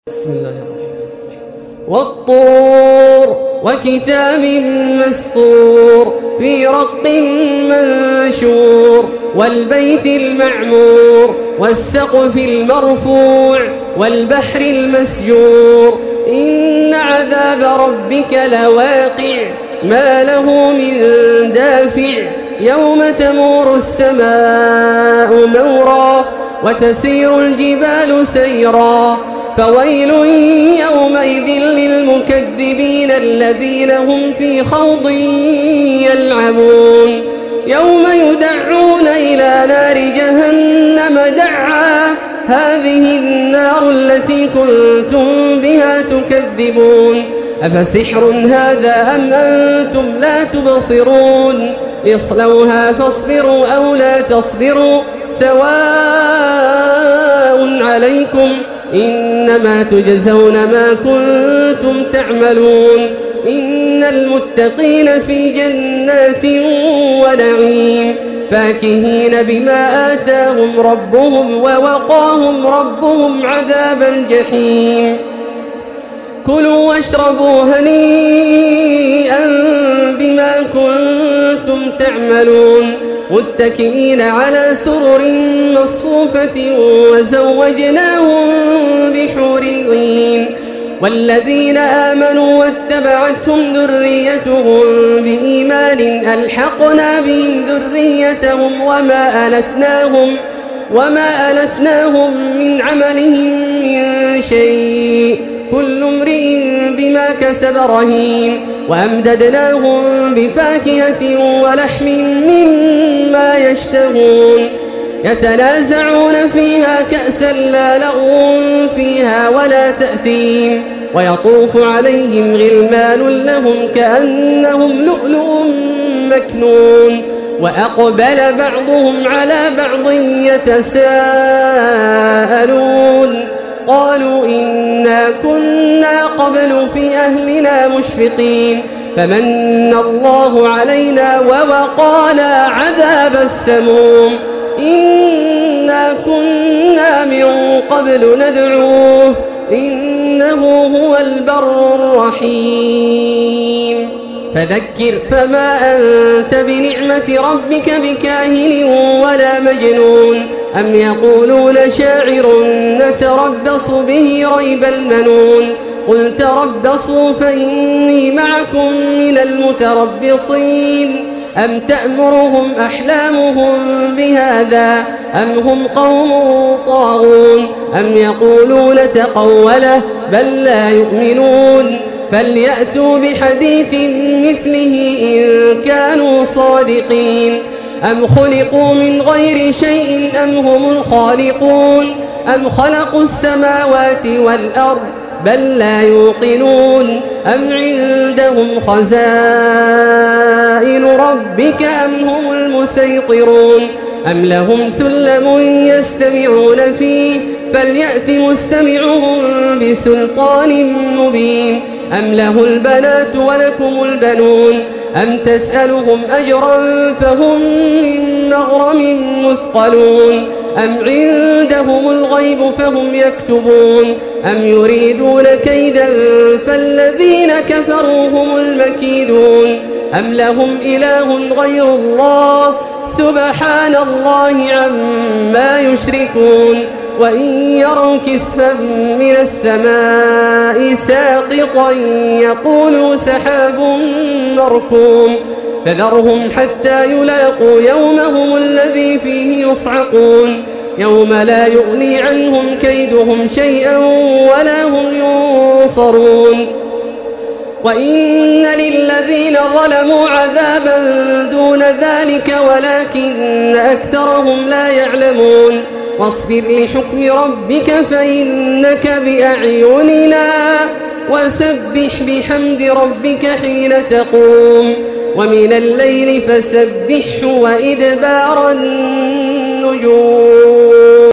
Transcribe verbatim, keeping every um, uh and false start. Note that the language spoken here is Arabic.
بسم الله الرحمن الرحيم. والطور وكتاب مسطور في رق منشور والبيت المعمور والسقف المرفوع والبحر المسجور إن عذاب ربك لواقع ما له من دافع يوم تمور السماء مورا وتسير الجبال سيرا فويل يومئذ للمكذبين الذين هم في خوض يلعبون يوم يدعون إلى نار جهنم دعا هذه النار التي كنتم بها تكذبون أفسحر هذا أم أنتم لا تبصرون اصلوها فاصبروا أو لا تصبروا سواء عليكم إنما تجزون ما كنتم تعملون إن المتقين في جنات ونعيم فاكهين بما آتاهم ربهم ووقاهم ربهم عذاب الجحيم كلوا واشربوا هنيئا بما كنتم تعملون متكئين على سرر مصفوفة وزوجناهم بحور عين والذين آمنوا واتبعتهم ذريتهم بإيمان ألحقنا بهم ذريتهم وما ألتناهم وما ألتناهم من عملهم من شيء كل امرئ بما كسب رهين وأمددناهم بفاكهة ولحم مما يشتهون يتنازعون فيها كأسا لا لغو فيها ولا تأثيم ويطوف عليهم غلمان لهم كأنهم لؤلؤ مكنون وأقبل بعضهم على بعض يتساءلون قالوا إنا كنا قبل في أهلنا مشفقين فمن الله علينا ووقانا عذاب السموم إنا كنا من قبل ندعوه إنه هو البر الرحيم فذكر فما أنت بنعمة ربك بكاهن ولا مجنون أم يقولون شاعر نتربص به ريب المنون قل تربصوا فإني معكم من المتربصين أم تأمرهم أحلامهم بهذا أم هم قوم طاغون أم يقولون تقوله بل لا يؤمنون فليأتوا بحديث مثله إن كانوا صادقين أم خلقوا من غير شيء أم هم الخالقون أم خلقوا السماوات والأرض بل لا يوقنون أم عندهم خزائن ربك أم هم المسيطرون أم لهم سلم يستمعون فيه فليأت مستمعهم بسلطان مبين أم له البنات ولكم البنون أم تسألهم أجرا فهم من مغرم مثقلون أم عندهم الغيب فهم يكتبون أم يريدون كيدا فالذين كفروا هم المكيدون أم لهم إله غير الله سبحان الله عما يشركون وإن يروا كسفا من السماء ساقطا يقولوا سحاب مركوم فذرهم حتى يلاقوا يومهم الذي فيه يصعقون يوم لا يغني عنهم كيدهم شيئا ولا هم ينصرون وإن للذين ظلموا عذابا دون ذلك ولكن أكثرهم لا يعلمون واصبر لحكم ربك فإنك بأعيننا وسبح بحمد ربك حين تقوم ومن الليل فسبحه وإدبار النجوم.